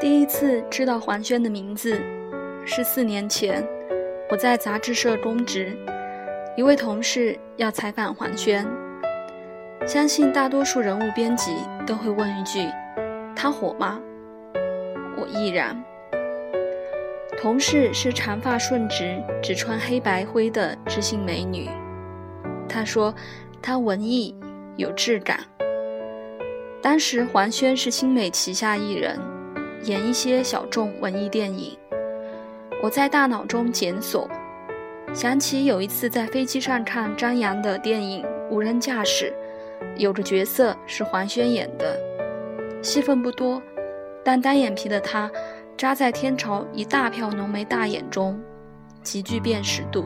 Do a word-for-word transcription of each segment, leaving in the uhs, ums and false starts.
第一次知道黄轩的名字是四年前，我在杂志社公职，一位同事要采访黄轩，相信大多数人物编辑都会问一句：他火吗？我亦然。同事是长发顺直，只穿黑白灰的知性美女。她说她文艺有质感。当时黄轩是新美旗下艺人，演一些小众文艺电影。我在大脑中检索，想起有一次在飞机上看张扬的电影《无人驾驶》，有个角色是黄轩演的，戏份不多，但单眼皮的他扎在天朝一大票浓眉大眼中，极具辨识度。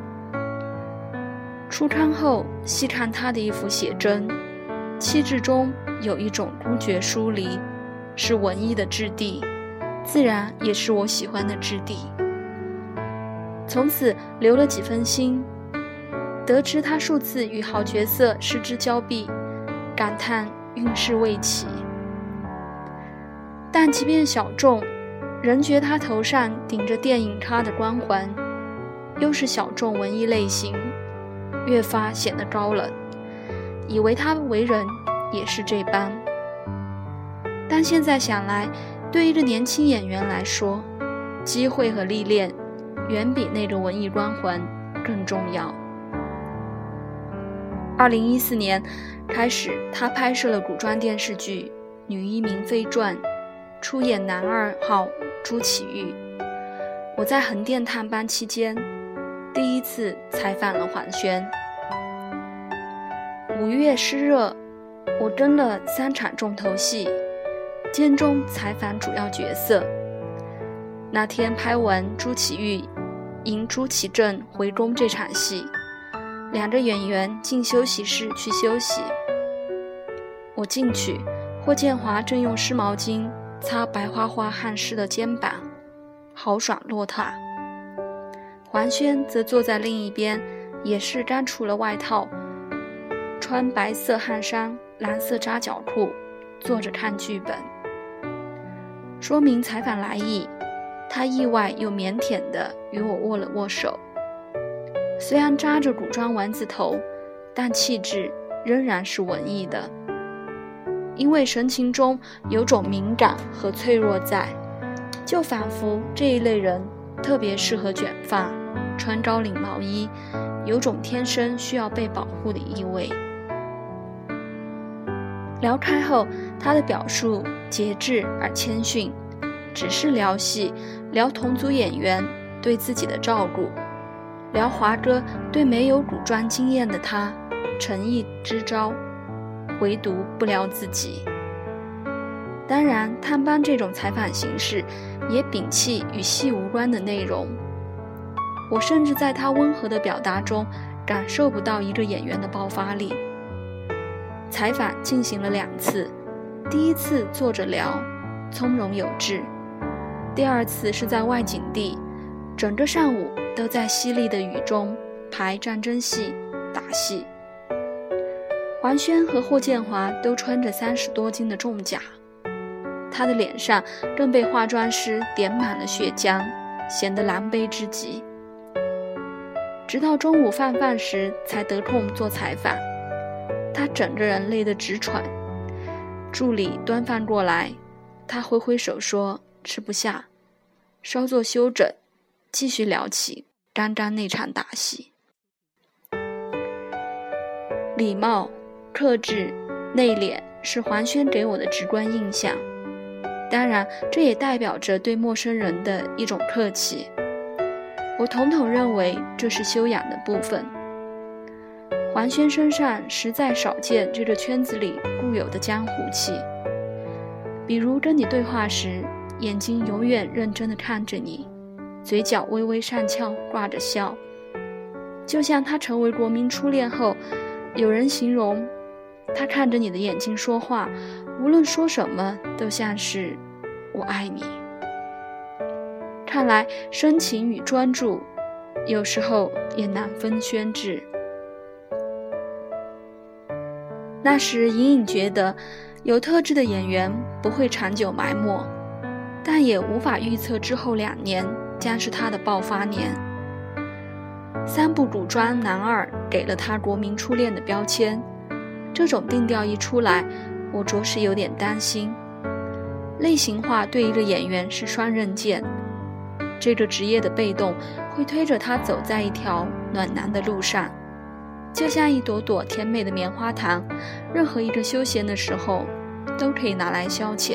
出刊后细看他的一幅写真，气质中有一种孤绝疏离，是文艺的质地，自然也是我喜欢的质地。从此留了几分心，得知他数次与好角色失之交臂，感叹运势未起。但即便小众，仍觉他头上顶着电影咖的光环，又是小众文艺类型，越发显得高冷，以为他为人也是这般。但现在想来，对一个年轻演员来说，机会和历练远比那个文艺光环更重要。二零一四年开始，他拍摄了古装电视剧《女医明妃传》，出演男二号朱祁钰。我在横店探班期间，第一次采访了黄轩。五月湿热，我跟了三场重头戏，间中采访主要角色。那天拍完朱祁钰迎朱祁镇回宫这场戏，两个演员进休息室去休息。我进去，霍建华正用湿毛巾擦白花花汗湿的肩膀，豪爽落拓。黄轩则坐在另一边，也是刚除了外套，穿白色汗衫蓝色扎脚裤，坐着看剧本。说明采访来意，他意外又腼腆地与我握了握手。虽然扎着古装丸子头，但气质仍然是文艺的，因为神情中有种敏感和脆弱在，就仿佛这一类人特别适合卷发，穿高领毛衣，有种天生需要被保护的意味。聊开后，他的表述节制而谦逊，只是聊戏，聊同组演员对自己的照顾，聊华哥对没有古装经验的他诚意支招，唯独不聊自己。当然，探班这种采访形式也摒弃与戏无关的内容。我甚至在他温和的表达中感受不到一个演员的爆发力。采访进行了两次，第一次坐着聊，从容有致；第二次是在外景地，整个上午都在淅沥的雨中排战争戏、打戏。黄轩和霍建华都穿着三十多斤的重甲，他的脸上更被化妆师点满了血浆，显得狼狈之极。直到中午饭饭时才得空做采访，他整个人累得直喘。助理端饭过来，他挥挥手说吃不下，稍作休整，继续聊起刚刚那场打戏。礼貌、克制、内敛是黄轩给我的直观印象，当然这也代表着对陌生人的一种客气。我统统认为这是修养的部分。黄轩身上实在少见这个圈子里固有的江湖气，比如跟你对话时，眼睛永远认真地看着你，嘴角微微上翘，挂着笑。就像他成为国民初恋后，有人形容他看着你的眼睛说话，无论说什么都像是我爱你。看来深情与专注有时候也难分轩轾。那时隐隐觉得有特质的演员不会长久埋没， 但也无法预测之后两年将是他的爆发年。三部古装男二给了他国民初恋的标签，这种定调一出来，我着实有点担心。类型化对一个演员是双刃剑，这个职业的被动会推着他走在一条暖男的路上，就像一朵朵甜美的棉花糖，任何一个休闲的时候都可以拿来消遣。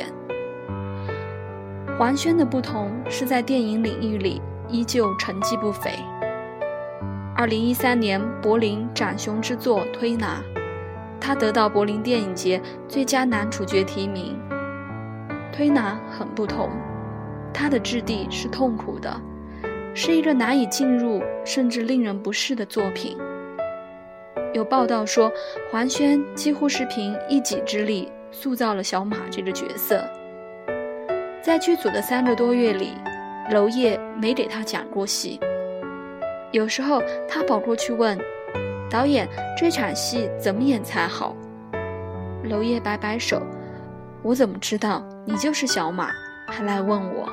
黄轩的不同是在电影领域里依旧成绩不菲。二零一三年柏林斩熊之作《推拿》，他得到柏林电影节最佳男主角提名。推拿很不同，他的质地是痛苦的，是一个难以进入甚至令人不适的作品。有报道说，黄轩几乎是凭一己之力塑造了小马这个角色。在剧组的三个多月里，娄烨没给他讲过戏。有时候他跑过去问导演，这场戏怎么演才好？娄烨摆摆手，我怎么知道？你就是小马，还来问我。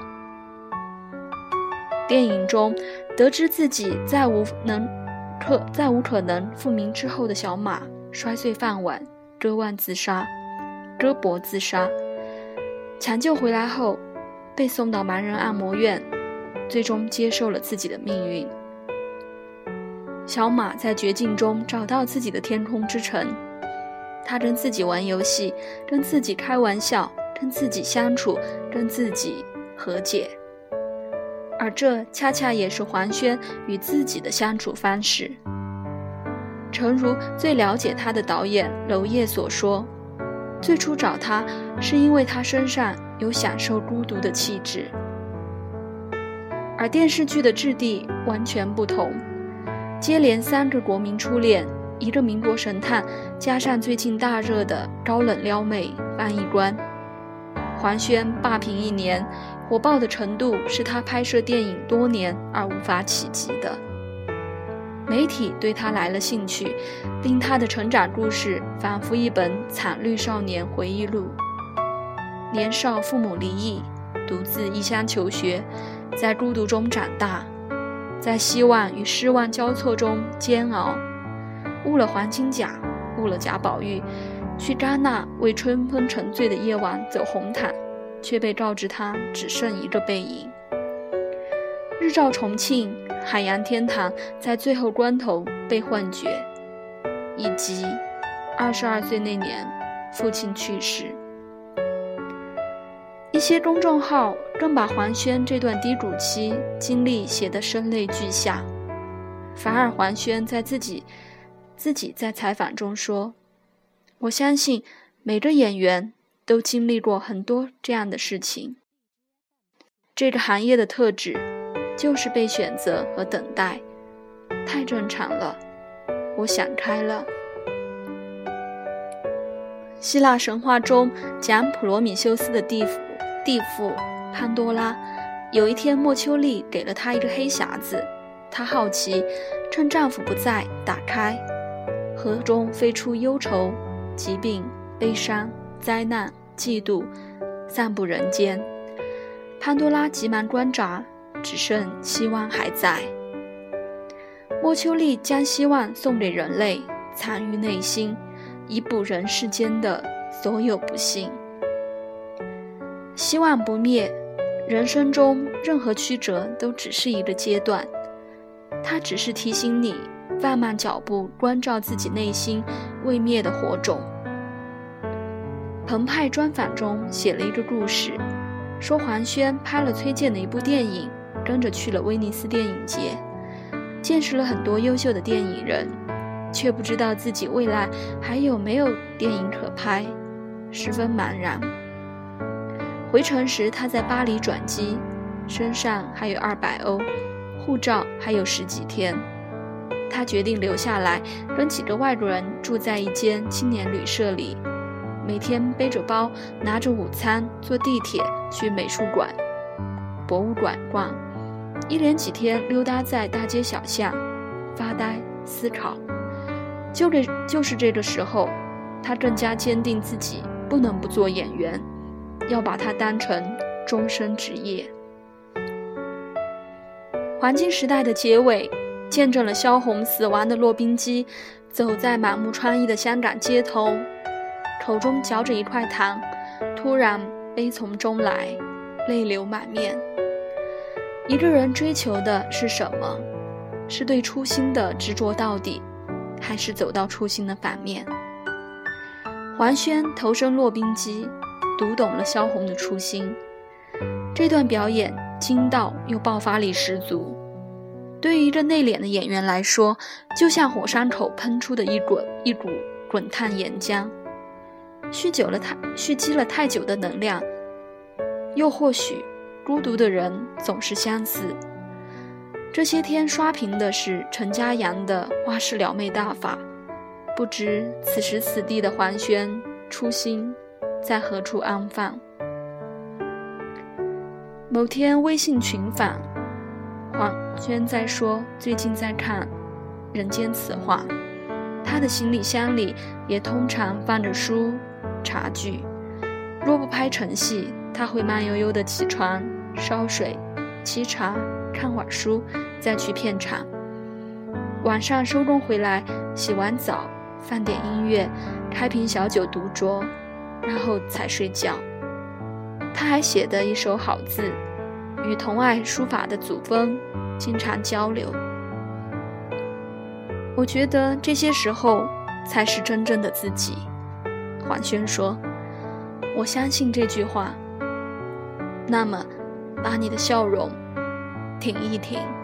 电影中得知自己再无能可再无可能复明之后的小马摔碎饭碗，割腕自杀，割脖自杀。抢救回来后被送到盲人按摩院，最终接受了自己的命运。小马在绝境中找到自己的天空之城，他跟自己玩游戏，跟自己开玩笑，跟自己相处，跟自己和解。而这恰恰也是黄轩与自己的相处方式。诚如最了解他的导演娄烨所说，最初找他是因为他身上有享受孤独的气质。而电视剧的质地完全不同，接连三个国民初恋，一个民国神探，加上最近大热的高冷撩妹翻译官。黄轩霸屏一年，火爆的程度是他拍摄电影多年而无法企及的。媒体对他来了兴趣，令他的成长故事仿佛一本惨绿少年回忆录。年少父母离异，独自异乡求学，在孤独中长大，在希望与失望交错中煎熬，误了黄金甲，误了贾宝玉，去戛纳为春风沉醉的夜晚走红毯，却被告知他只剩一个背影。日照重庆，海洋天堂在最后关头被幻觉，以及二十二岁那年父亲去世。一些公众号更把黄轩这段低谷期经历写得声泪俱下，反而黄轩在自己自己在采访中说，我相信每个演员都经历过很多这样的事情，这个行业的特质就是被选择和等待，太正常了，我想开了。希腊神话中讲普罗米修斯的地府地妇潘多拉，有一天莫丘利给了她一个黑匣子，她好奇，趁丈夫不在打开，盒中飞出忧愁、疾病、悲伤、灾难、嫉妒，散布人间。潘多拉急忙关闸，只剩希望还在。莫丘利将希望送给人类，藏于内心，以补人世间的所有不幸。希望不灭，人生中任何曲折都只是一个阶段，它只是提醒你放慢脚步，关照自己内心未灭的火种。澎湃专访中写了一个故事，说黄轩拍了崔健的一部电影，跟着去了威尼斯电影节，见识了很多优秀的电影人，却不知道自己未来还有没有电影可拍，十分茫然。回程时他在巴黎转机，身上还有二百欧，护照还有十几天。他决定留下来，跟几个外国人住在一间青年旅社里，每天背着包，拿着午餐，坐地铁去美术馆、博物馆逛，一连几天溜达在大街小巷，发呆思考。就这就是这个时候，他更加坚定自己不能不做演员，要把它当成终身职业。黄金时代的结尾，见证了萧红死亡的骆宾基走在满目疮痍的香港街头，口中嚼着一块糖，突然悲从中来，泪流满面。一个人追求的是什么？是对初心的执着到底，还是走到初心的反面？黄轩投身骆宾基，读懂了萧红的初心。这段表演筋道又爆发力十足，对于一个内敛的演员来说，就像火山口喷出的一股一股滚烫岩浆，蓄久了太蓄积了太久的能量。又或许孤独的人总是相似。这些天刷屏的是陈嘉阳的花式撩妹大法，不知此时此地的黄轩初心在何处安放。某天微信群访，黄轩在说最近在看《人间词话》，他的行李箱里也通常放着书茶具。若不拍成戏，他会慢悠悠地起床烧水沏茶看会儿书，再去片场。晚上收工回来，洗完澡放点音乐，开瓶小酒独酌，然后才睡觉。他还写得一手好字，与同爱书法的祖峰经常交流。我觉得这些时候才是真正的自己，黄轩说。我相信这句话。那么把你的笑容挺一挺。